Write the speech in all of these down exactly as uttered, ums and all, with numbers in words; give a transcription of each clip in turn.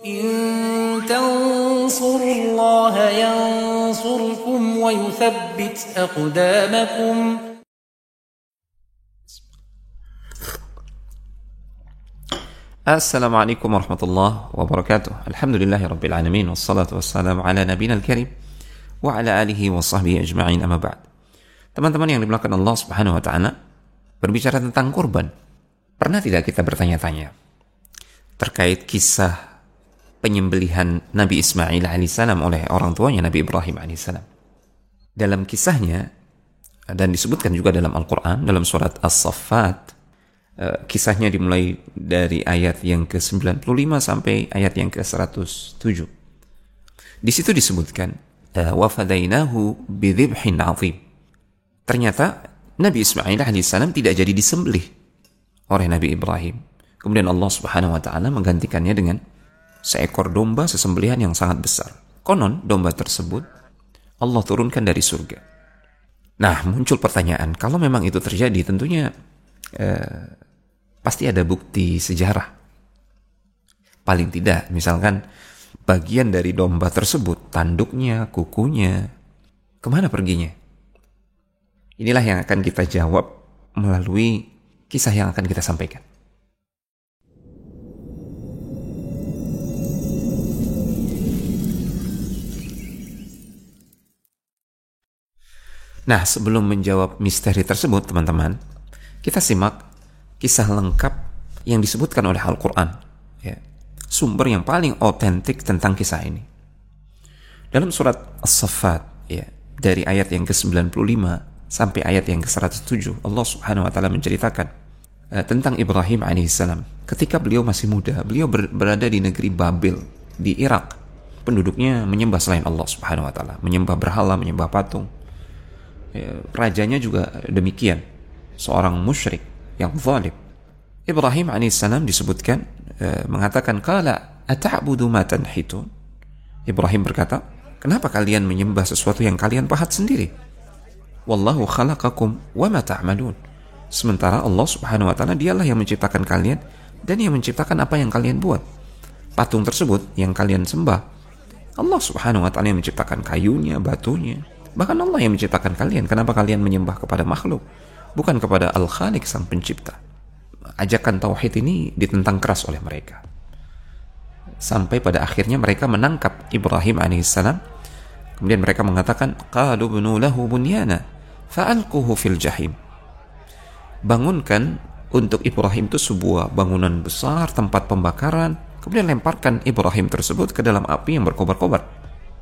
In tansurullaha yansurkum wa yuthabbit aqdamakum. Assalamualaikum warahmatullahi wabarakatuh. Alhamdulillahi rabbil alamin, wassalatu wassalamu ala nabiyina al-karim wa ala alihi wa sahbihi ajma'in, amma ba'd. Teman-teman yang dimuliakan Allah Subhanahu wa taala, berbicara tentang kurban, pernah tidak kita bertanya-tanya terkait kisah penyembelihan Nabi Ismail alaihissalam oleh orang tuanya Nabi Ibrahim alaihissalam? Dalam kisahnya, dan disebutkan juga dalam Al-Quran, dalam surat As-Saffat, kisahnya dimulai dari ayat yang ke sembilan puluh lima sampai ayat yang ke seratus tujuh. Di situ disebutkan wa fadainahu bidzibhin 'adzim. Ternyata Nabi Ismail alaihissalam tidak jadi disembelih oleh Nabi Ibrahim. Kemudian Allah Subhanahu wa taala menggantikannya dengan seekor domba, sesembelihan yang sangat besar. Konon domba tersebut Allah turunkan dari surga. Nah, muncul pertanyaan, kalau memang itu terjadi, tentunya eh, pasti ada bukti sejarah. Paling tidak, misalkan bagian dari domba tersebut, tanduknya, kukunya, kemana perginya? Inilah yang akan kita jawab melalui kisah yang akan kita sampaikan. Nah, sebelum menjawab misteri tersebut, teman-teman, kita simak kisah lengkap yang disebutkan oleh Al-Quran, ya, sumber yang paling otentik tentang kisah ini. Dalam surat As-Saffat, ya, dari ayat yang ke sembilan puluh lima sampai ayat yang ke seratus tujuh, Allah Subhanahu wa taala menceritakan uh, tentang Ibrahim alaihissalam. Ketika beliau masih muda, beliau ber- berada di negeri Babil di Irak. Penduduknya menyembah selain Allah Subhanahu wa taala, menyembah berhala, menyembah patung. Ya, rajanya juga demikian, seorang musyrik yang zalim. Ibrahim alaihissalam disebutkan e, mengatakan, qala ata'budu ma tanhitun. Ibrahim berkata, kenapa kalian menyembah sesuatu yang kalian pahat sendiri? Wallahu khalaqakum wa ma ta'malun. Sementara Allah Subhanahu wa taala dialah yang menciptakan kalian dan yang menciptakan apa yang kalian buat. Patung tersebut yang kalian sembah, Allah Subhanahu wa taala yang menciptakan kayunya, batunya. Bahkan Allah yang menciptakan kalian. Kenapa kalian menyembah kepada makhluk, bukan kepada Al-Khaliq, sang pencipta? Ajakan tauhid ini ditentang keras oleh mereka. Sampai pada akhirnya mereka menangkap Ibrahim alaihissalam. Kemudian mereka mengatakan, qalu bnu lahu bunyana fa'alquhu fil jahim. Bangunkan untuk Ibrahim itu sebuah bangunan besar, tempat pembakaran. Kemudian lemparkan Ibrahim tersebut ke dalam api yang berkobar-kobar.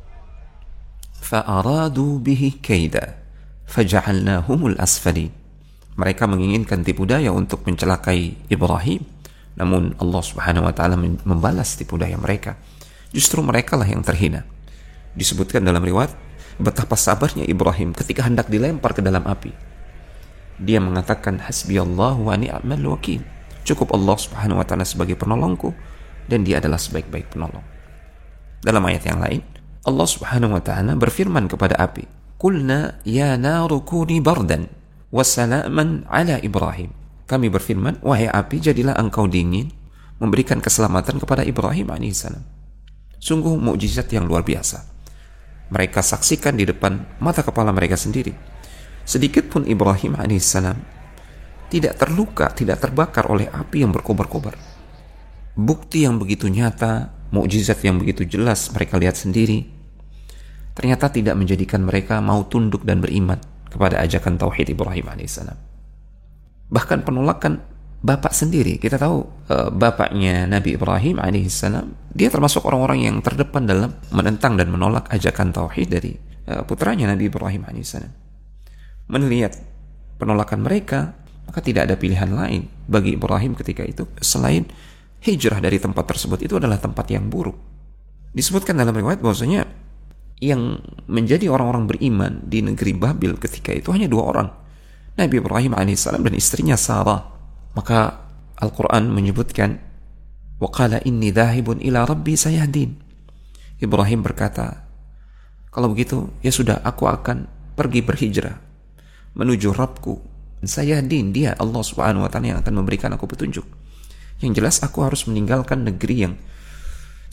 Fa'aradu bihi kaida faja'alnahumul asfalin. Mereka menginginkan tipu daya untuk mencelakai Ibrahim, namun Allah Subhanahu wa taala membalas tipu daya mereka. Justru mereka lah yang terhina. Disebutkan dalam riwayat betapa sabarnya Ibrahim ketika hendak dilempar ke dalam api. Dia mengatakan, hasbiyallahu wa ni'mal wakil. Cukup Allah Subhanahu wa taala sebagai penolongku dan dia adalah sebaik-baik penolong. Dalam ayat yang lain, Allah Subhanahu wa taala berfirman kepada api, qulna ya naru kuni bardan wassalaman ala Ibrahim. Kami berfirman, wahai api, jadilah engkau dingin, memberikan keselamatan kepada Ibrahim alaihissalam. Sungguh mukjizat yang luar biasa. Mereka saksikan di depan mata kepala mereka sendiri. Sedikit pun Ibrahim alaihissalam tidak terluka, tidak terbakar oleh api yang berkobar-kobar. Bukti yang begitu nyata, mukjizat yang begitu jelas mereka lihat sendiri, ternyata tidak menjadikan mereka mau tunduk dan beriman kepada ajakan tauhid Ibrahim alaihissalam. Bahkan penolakan bapak sendiri. Kita tahu uh, bapaknya Nabi Ibrahim alaihissalam, dia termasuk orang-orang yang terdepan dalam menentang dan menolak ajakan tauhid dari uh, putranya Nabi Ibrahim alaihissalam. Melihat penolakan mereka, maka tidak ada pilihan lain bagi Ibrahim ketika itu selain hijrah dari tempat tersebut. Itu adalah tempat yang buruk. Disebutkan dalam riwayat bahwasanya yang menjadi orang-orang beriman di negeri Babil ketika itu hanya dua orang, Nabi Ibrahim alaihissalam dan istrinya Sarah. Maka Al-Quran menyebutkan, wa qala inni dhahibun ila rabbi sayahdin. Ibrahim berkata, kalau begitu ya sudah, aku akan pergi berhijrah menuju Rabbku. Sayahdin, dia Allah Subhanahu wa taala yang akan memberikan aku petunjuk. Yang jelas aku harus meninggalkan negeri yang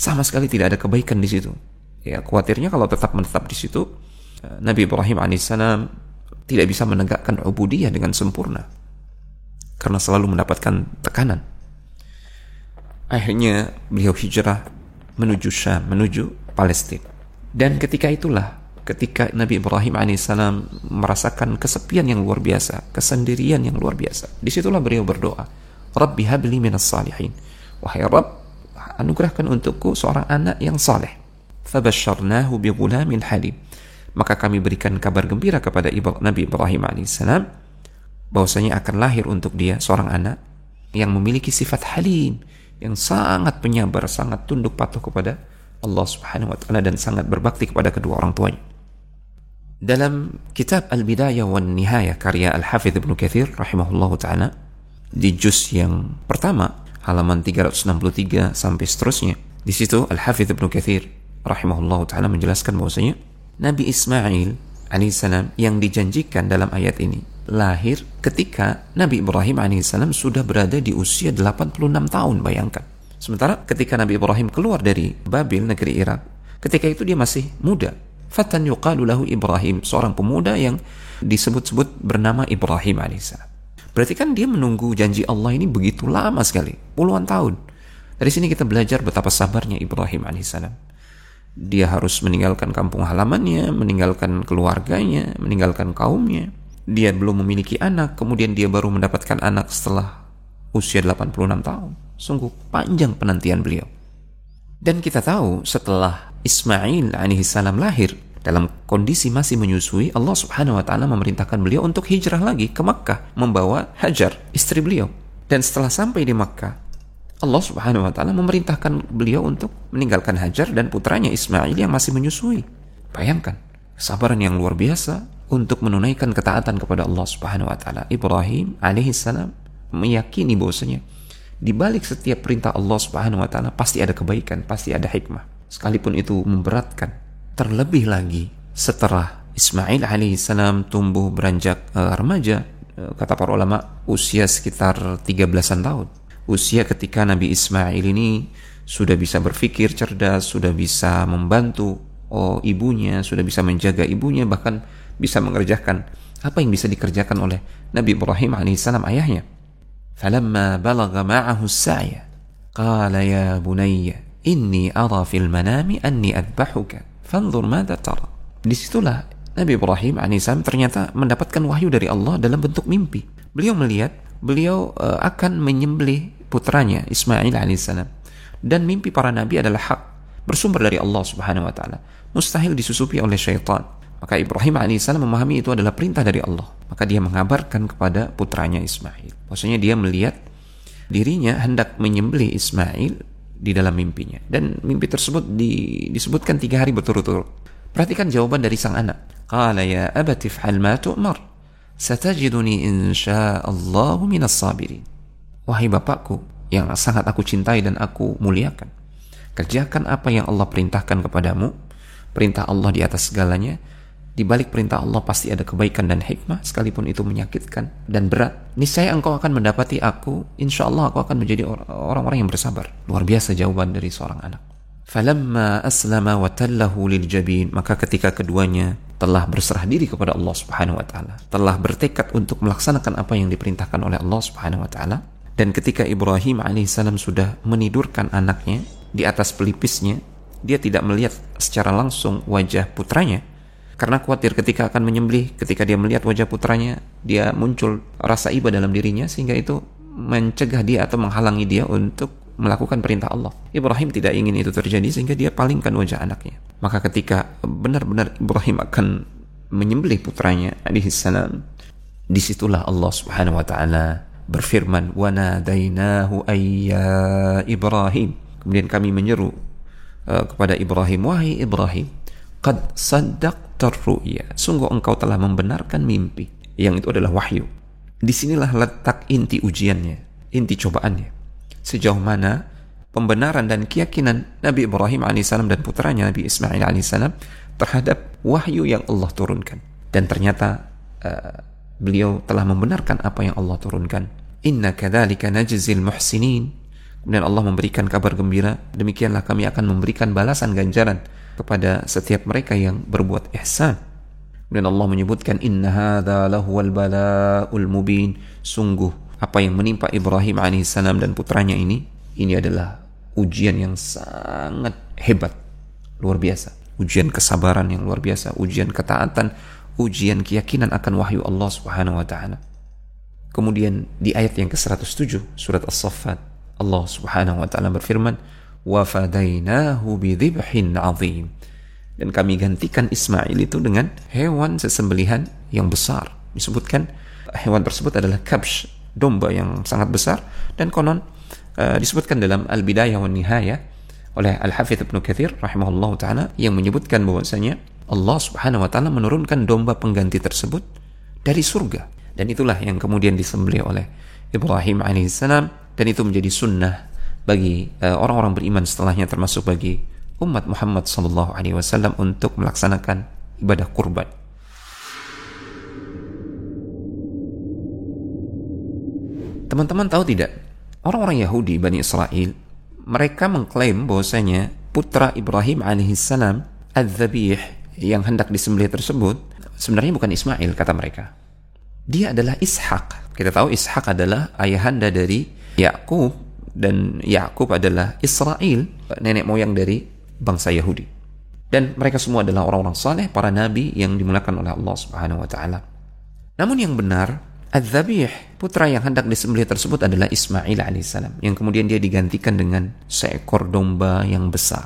Sama sekali tidak ada kebaikan di situ. Ya, khawatirnya kalau tetap menetap di situ, Nabi Ibrahim alaihissalam tidak bisa menegakkan ubudiyah dengan sempurna karena selalu mendapatkan tekanan. Akhirnya beliau hijrah menuju Syam, menuju Palestina. Dan ketika itulah, ketika Nabi Ibrahim alaihissalam merasakan kesepian yang luar biasa, kesendirian yang luar biasa, disitulah beliau berdoa, Rabbi habli minas salihin, wahai Rabb, anugerahkan untukku seorang anak yang saleh. Fabasyarnahu bi ghulamin halim. Maka kami berikan kabar gembira kepada Nabi Ibrahim alaihissalam bahwasanya akan lahir untuk dia seorang anak yang memiliki sifat halim, yang sangat penyabar, sangat tunduk patuh kepada Allah Subhanahu wa taala dan sangat berbakti kepada kedua orang tuanya. Dalam kitab Al-Bidayah wan Nihayah karya Al-Hafidz Ibnu Katsir rahimahullahu taala, di juz yang pertama halaman tiga ratus enam puluh tiga sampai seterusnya, di situ Al-Hafidz Ibnu Katsir rahimahullahu taala menjelaskan bahwasanya Nabi Ismail alaihissalam yang dijanjikan dalam ayat ini lahir ketika Nabi Ibrahim alaihissalam sudah berada di usia delapan puluh enam tahun, bayangkan. Sementara ketika Nabi Ibrahim keluar dari Babil, negeri Irak, ketika itu dia masih muda. Fatan yuqalu lahu Ibrahim, seorang pemuda yang disebut-sebut bernama Ibrahim alaihissalam. Berarti kan dia menunggu janji Allah ini begitu lama sekali, puluhan tahun. Dari sini kita belajar betapa sabarnya Ibrahim alaihissalam. Dia harus meninggalkan kampung halamannya, meninggalkan keluarganya, meninggalkan kaumnya. Dia belum memiliki anak, kemudian dia baru mendapatkan anak setelah usia delapan puluh enam tahun. Sungguh panjang penantian beliau. Dan kita tahu setelah Ismail alaihissalam lahir dalam kondisi masih menyusui, Allah Subhanahu wa taala memerintahkan beliau untuk hijrah lagi ke Makkah membawa Hajar, istri beliau. Dan setelah sampai di Makkah, Allah Subhanahu wa taala memerintahkan beliau untuk meninggalkan Hajar dan putranya Ismail yang masih menyusui. Bayangkan kesabaran yang luar biasa untuk menunaikan ketaatan kepada Allah Subhanahu wa taala. Ibrahim alaihissalam meyakini bahwasanya di balik setiap perintah Allah Subhanahu wa taala pasti ada kebaikan, pasti ada hikmah, sekalipun itu memberatkan. Terlebih lagi setelah Ismail alaihissalam tumbuh beranjak uh, remaja, uh, kata para ulama usia sekitar tiga belasan tahun. Usia ketika Nabi Ismail ini sudah bisa berpikir cerdas, sudah bisa membantu oh, ibunya, sudah bisa menjaga ibunya, bahkan bisa mengerjakan apa yang bisa dikerjakan oleh Nabi Ibrahim alaihissalam ayahnya. Falamma balagha ma'ahu as-sa'ya qala ya bunayya inni ara fil manami anni adbahuka fanzur madza tara. Disitulah Nabi Ibrahim alaihissalam ternyata mendapatkan wahyu dari Allah dalam bentuk mimpi. Beliau melihat beliau uh, akan menyembelih putranya Ismail alaihissalam, dan mimpi para nabi adalah hak, bersumber dari Allah Subhanahu wa taala, mustahil disusupi oleh syaitan. Maka Ibrahim alaihissalam memahami itu adalah perintah dari Allah. Maka dia mengabarkan kepada putranya Ismail. Maksudnya dia melihat dirinya hendak menyembelih Ismail di dalam mimpinya. Dan mimpi tersebut di, disebutkan tiga hari berturut-turut. Perhatikan jawaban dari sang anak. Qala ya abati if'al ma tu'mar. Satajiduni insya'allahu minas sabirin. Wahai bapakku yang sangat aku cintai dan aku muliakan, kerjakan apa yang Allah perintahkan kepadamu. Perintah Allah di atas segalanya. Di balik perintah Allah pasti ada kebaikan dan hikmah, sekalipun itu menyakitkan dan berat. Niscaya engkau akan mendapati aku, insya Allah aku akan menjadi orang-orang yang bersabar. Luar biasa jawaban dari seorang anak. Falamma aslama wa tallahu lil jabin, maka ketika keduanya telah berserah diri kepada Allah Subhanahu wa taala, telah bertekad untuk melaksanakan apa yang diperintahkan oleh Allah Subhanahu wa taala, dan ketika Ibrahim alaihissalam sudah menidurkan anaknya di atas pelipisnya, dia tidak melihat secara langsung wajah putranya karena khawatir ketika akan menyembelih, ketika dia melihat wajah putranya, dia muncul rasa iba dalam dirinya, sehingga itu mencegah dia atau menghalangi dia untuk melakukan perintah Allah. Ibrahim tidak ingin itu terjadi, sehingga dia palingkan wajah anaknya. Maka ketika benar-benar Ibrahim akan menyembelih putranya alaihissalam, disitulah Allah Subhanahu wa taala berfirman, wa nadainahu ayya Ibrahim. Kemudian kami menyeru uh, kepada Ibrahim, wahai Ibrahim, qad saddaqta ru'ya, sungguh engkau telah membenarkan mimpi, yang itu adalah wahyu. Disinilah letak inti ujiannya, inti cobaannya, sejauh mana pembenaran dan keyakinan Nabi Ibrahim alaihissalam dan putranya Nabi Ismail alaihissalam terhadap wahyu yang Allah turunkan. Dan ternyata uh, beliau telah membenarkan apa yang Allah turunkan. Inna kadzalika najzil muhsinin, Kemudian Allah memberikan kabar gembira, demikianlah kami akan memberikan balasan ganjaran kepada setiap mereka yang berbuat ihsan. Dan Allah menyebutkan inna hadza lahuwal bala'ul mubin, sungguh apa yang menimpa Ibrahim alaihissalam dan putranya ini ini adalah ujian yang sangat hebat, luar biasa, ujian kesabaran yang luar biasa, ujian ketaatan, ujian keyakinan akan wahyu Allah Subhanahu wa taala. Kemudian di ayat yang ke seratus tujuh surat As-Saffat, Allah Subhanahu wa taala berfirman, wa fadainahu bidzibhin 'adzim, dan kami gantikan Ismail itu dengan hewan sesembelihan yang besar. Disebutkan hewan tersebut adalah kabsh, domba yang sangat besar, dan konon uh, disebutkan dalam Al-Bidayah wan Nihayah oleh Al-Hafidz Ibnu Katsir rahimahullahu taala yang menyebutkan bahwasanya Allah Subhanahu wa taala menurunkan domba pengganti tersebut dari surga, dan itulah yang kemudian disembelih oleh Ibrahim alaihissalam, dan itu menjadi sunnah bagi uh, orang-orang beriman setelahnya, termasuk bagi umat Muhammad sallallahu alaihi wasallam untuk melaksanakan ibadah kurban. Teman-teman tahu tidak, orang-orang Yahudi Bani Israel, mereka mengklaim bahwasanya putra Ibrahim alaihissalam, Az-Zabih, yang hendak disembelih tersebut sebenarnya bukan Ismail, kata mereka. Dia adalah Ishak. Kita tahu Ishak adalah ayahanda dari Yakub, dan Yakub adalah Israel, nenek moyang dari bangsa Yahudi. Dan mereka semua adalah orang-orang saleh, para nabi yang dimuliakan oleh Allah Subhanahu wa taala. Namun yang benar, Az-Zabih, putra yang hendak disembelih tersebut adalah Ismail alaihissalam, yang kemudian dia digantikan dengan seekor domba yang besar.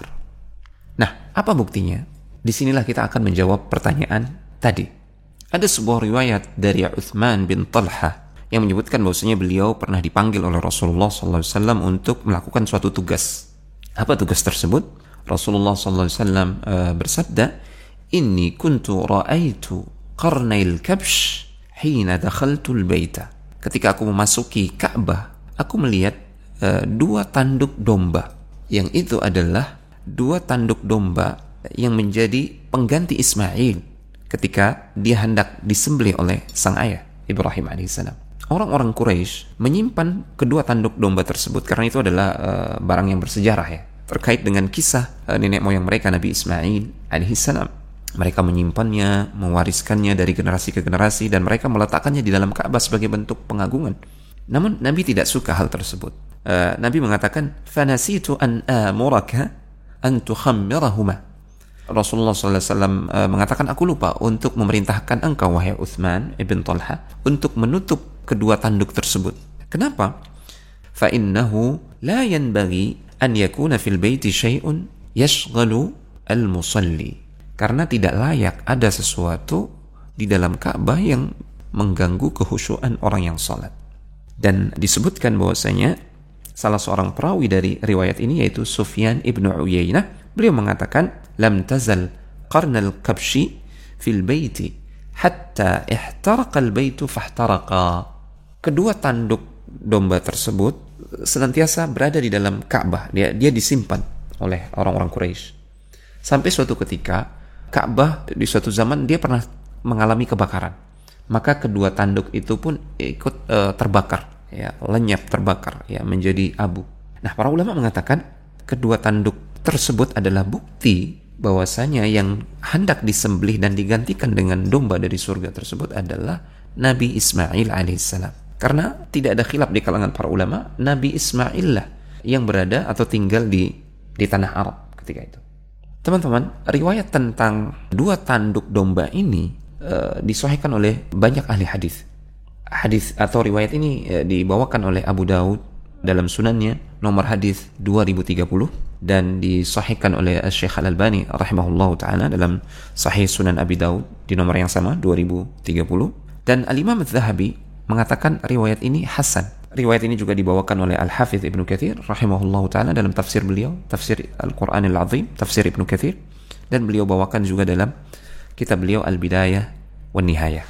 Nah, apa buktinya? Disinilah kita akan menjawab pertanyaan tadi. Ada sebuah riwayat dari Uthman bin Talha yang menyebutkan bahwasanya beliau pernah dipanggil oleh Rasulullah sallallahu alaihi wasallam untuk melakukan suatu tugas. Apa tugas tersebut? Rasulullah sallallahu alaihi wasallam uh, bersabda, "Inni kuntu ra'aitu qarnail kabsh hina dakhaltul baita." Ketika aku memasuki Ka'bah, aku melihat uh, dua tanduk domba, yang itu adalah dua tanduk domba yang menjadi pengganti Ismail ketika dia hendak disembelih oleh sang ayah Ibrahim alaihissalam. Orang-orang Quraisy menyimpan kedua tanduk domba tersebut karena itu adalah uh, barang yang bersejarah ya, terkait dengan kisah uh, nenek moyang mereka Nabi Ismail alaihissalam. Mereka menyimpannya, mewariskannya dari generasi ke generasi, dan mereka meletakkannya di dalam Ka'bah sebagai bentuk pengagungan. Namun Nabi tidak suka hal tersebut. Uh, Nabi mengatakan, "Fanasitu an amuraka an tukhammirahuma." Rasulullah sallallahu alaihi wasallam uh, mengatakan, aku lupa untuk memerintahkan engkau wahai Uthman ibn Talha untuk menutup kedua tanduk tersebut. Kenapa? Fa innahu la yanbaghi an yakuna fil baiti syai'un yashghalu al-musalli. Karena tidak layak ada sesuatu di dalam Ka'bah yang mengganggu kehusyuan orang yang salat. Dan disebutkan bahwasanya salah seorang perawi dari riwayat ini yaitu Sufyan ibn Uyainah, beliau mengatakan, lam tazal qarnal kabshi fil baiti hatta ihtaraqa al-baitu fahtaraqa. Kedua tanduk domba tersebut senantiasa berada di dalam Ka'bah. Dia dia disimpan oleh orang-orang Quraisy. Sampai suatu ketika Ka'bah di suatu zaman dia pernah mengalami kebakaran. Maka kedua tanduk itu pun ikut uh, terbakar, ya, lenyap terbakar, ya, menjadi abu. Nah, para ulama mengatakan kedua tanduk tersebut adalah bukti bahwasanya yang hendak disembelih dan digantikan dengan domba dari surga tersebut adalah Nabi Ismail alaihissalam. Karena tidak ada khilaf di kalangan para ulama, Nabi Ismail lah yang berada atau tinggal di di tanah Arab ketika itu. Teman-teman, riwayat tentang dua tanduk domba ini uh, disahihkan oleh banyak ahli hadis. Hadis atau riwayat ini uh, dibawakan oleh Abu Daud dalam sunannya nomor hadis dua ribu tiga puluh, dan disahihkan oleh Syekh Al-Albani rahimahullahu taala dalam Sahih Sunan Abi Daud di nomor yang sama dua ribu tiga puluh, dan Al-Imam Az-Zahabi mengatakan riwayat ini hasan. Riwayat ini juga dibawakan oleh Al-Hafidz Ibnu Katsir rahimahullahu taala dalam tafsir beliau, tafsir Al-Qur'anil Azim, tafsir Ibnu Katsir, dan beliau bawakan juga dalam kitab beliau Al-Bidayah wan Nihayah.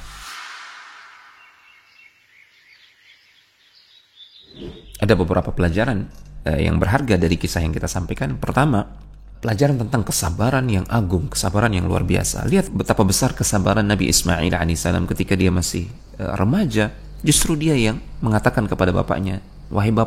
Ada beberapa pelajaran uh, yang berharga dari kisah yang kita sampaikan. Pertama, pelajaran tentang kesabaran yang agung, kesabaran yang luar biasa. Lihat betapa besar kesabaran Nabi Ismail alaihissalam ketika dia masih uh, remaja. Justru dia yang mengatakan kepada bapaknya, wahai bapak,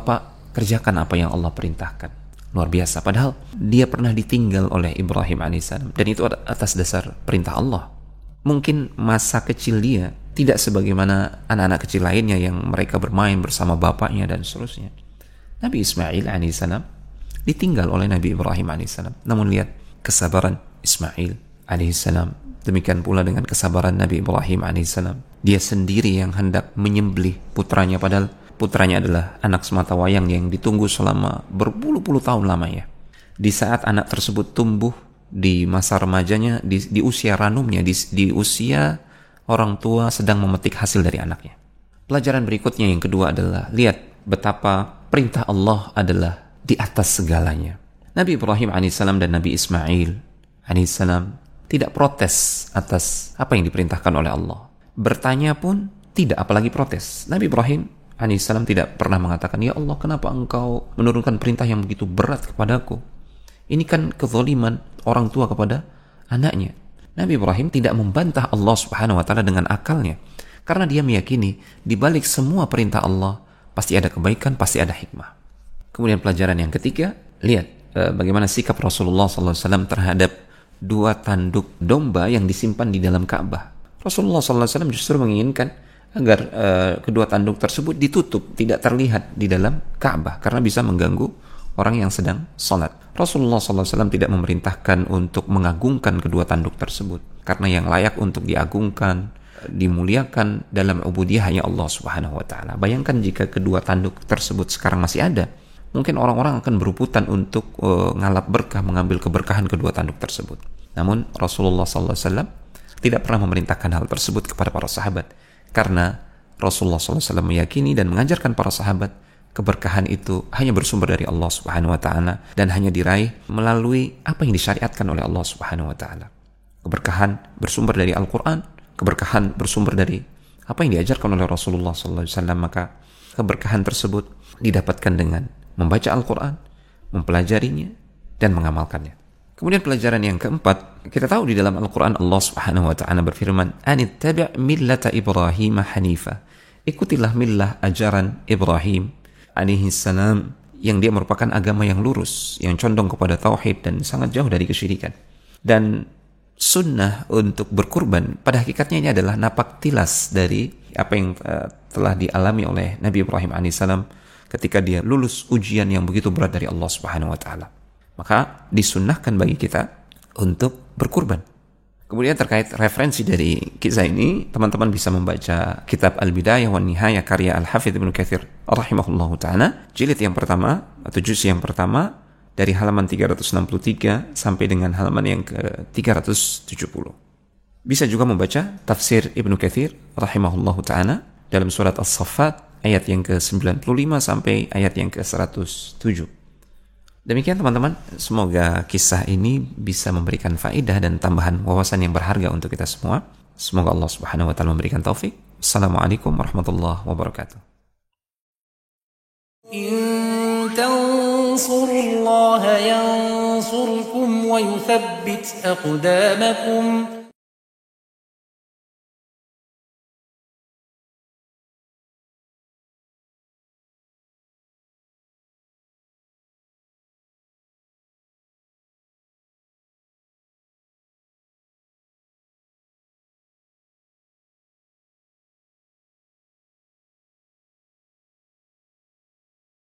kerjakan apa yang Allah perintahkan. Luar biasa, padahal dia pernah ditinggal oleh Ibrahim alaihissalam, dan itu atas dasar perintah Allah. Mungkin masa kecil dia tidak sebagaimana anak-anak kecil lainnya yang mereka bermain bersama bapaknya dan seterusnya. Nabi Ismail alaihissalam ditinggal oleh Nabi Ibrahim alaihissalam, namun lihat kesabaran Ismail alaihissalam, demikian pula dengan kesabaran Nabi Ibrahim alaihissalam. Dia sendiri yang hendak menyembelih putranya, padahal putranya adalah anak semata wayang yang ditunggu selama berpuluh-puluh tahun lamanya. Di saat anak tersebut tumbuh di masa remajanya, di, di usia ranumnya, di, di usia orang tua sedang memetik hasil dari anaknya. Pelajaran berikutnya yang kedua adalah lihat betapa perintah Allah adalah di atas segalanya. Nabi Ibrahim alaihissalam dan Nabi Ismail alaihissalam tidak protes atas apa yang diperintahkan oleh Allah. Bertanya pun tidak, apalagi protes. Nabi Ibrahim alaihissalam tidak pernah mengatakan, ya Allah, kenapa engkau menurunkan perintah yang begitu berat kepadaku? Ini kan kezaliman orang tua kepada anaknya. Nabi Ibrahim tidak membantah Allah subhanahu wa ta'ala dengan akalnya, karena dia meyakini di balik semua perintah Allah pasti ada kebaikan, pasti ada hikmah. Kemudian pelajaran yang ketiga, lihat eh, bagaimana sikap Rasulullah sallallahu alaihi wasallam terhadap dua tanduk domba yang disimpan di dalam Ka'bah. Rasulullah sallallahu alaihi wasallam justru menginginkan agar uh, kedua tanduk tersebut ditutup, tidak terlihat di dalam Ka'bah, karena bisa mengganggu orang yang sedang salat. Rasulullah sallallahu alaihi wasallam tidak memerintahkan untuk mengagungkan kedua tanduk tersebut, karena yang layak untuk diagungkan, dimuliakan dalam ubudiyah hanya Allah subhanahu wa ta'ala. Bayangkan jika kedua tanduk tersebut sekarang masih ada, mungkin orang-orang akan berebutan untuk uh, ngalap berkah, mengambil keberkahan kedua tanduk tersebut. Namun Rasulullah sallallahu alaihi wasallam tidak pernah memerintahkan hal tersebut kepada para sahabat, karena Rasulullah sallallahu alaihi wasallam meyakini dan mengajarkan para sahabat keberkahan itu hanya bersumber dari Allah subhanahu wa ta'ala dan hanya diraih melalui apa yang disyariatkan oleh Allah subhanahu wa ta'ala. Keberkahan bersumber dari Al-Quran, keberkahan bersumber dari apa yang diajarkan oleh Rasulullah sallallahu alaihi wasallam, maka keberkahan tersebut didapatkan dengan membaca Al-Quran, mempelajarinya, dan mengamalkannya. Kemudian pelajaran yang keempat, kita tahu di dalam Al-Quran Allah subhanahu wa ta'ala berfirman, anittabi' millata Ibrahim hanifa. Ikutilah millah ajaran Ibrahim alaihi salam, yang dia merupakan agama yang lurus, yang condong kepada tauhid dan sangat jauh dari kesyirikan. Dan sunnah untuk berkurban pada hakikatnya ini adalah napak tilas dari apa yang uh, telah dialami oleh Nabi Ibrahim alaihissalam ketika dia lulus ujian yang begitu berat dari Allah subhanahu wa ta'ala. Maka disunnahkan bagi kita untuk berkurban. Kemudian terkait referensi dari kisah ini, teman-teman bisa membaca kitab Al-Bidayah wan Nihayah karya Al-Hafidz Ibnu Katsir rahimahullahu ta'ala, jilid yang pertama atau juz yang pertama dari halaman tiga ratus enam puluh tiga sampai dengan halaman yang ke tiga ratus tujuh puluh. Bisa juga membaca tafsir Ibnu Katsir rahimahullahu ta'ala dalam surat As-Saffat ayat yang ke sembilan puluh lima sampai ayat yang ke seratus tujuh. Demikian teman-teman, semoga kisah ini bisa memberikan faedah dan tambahan wawasan yang berharga untuk kita semua. Semoga Allah subhanahu wa ta'ala memberikan taufik. Assalamualaikum warahmatullahi wabarakatuh. In tansurullaha yansurkum wa yuthabbit aqdamakum.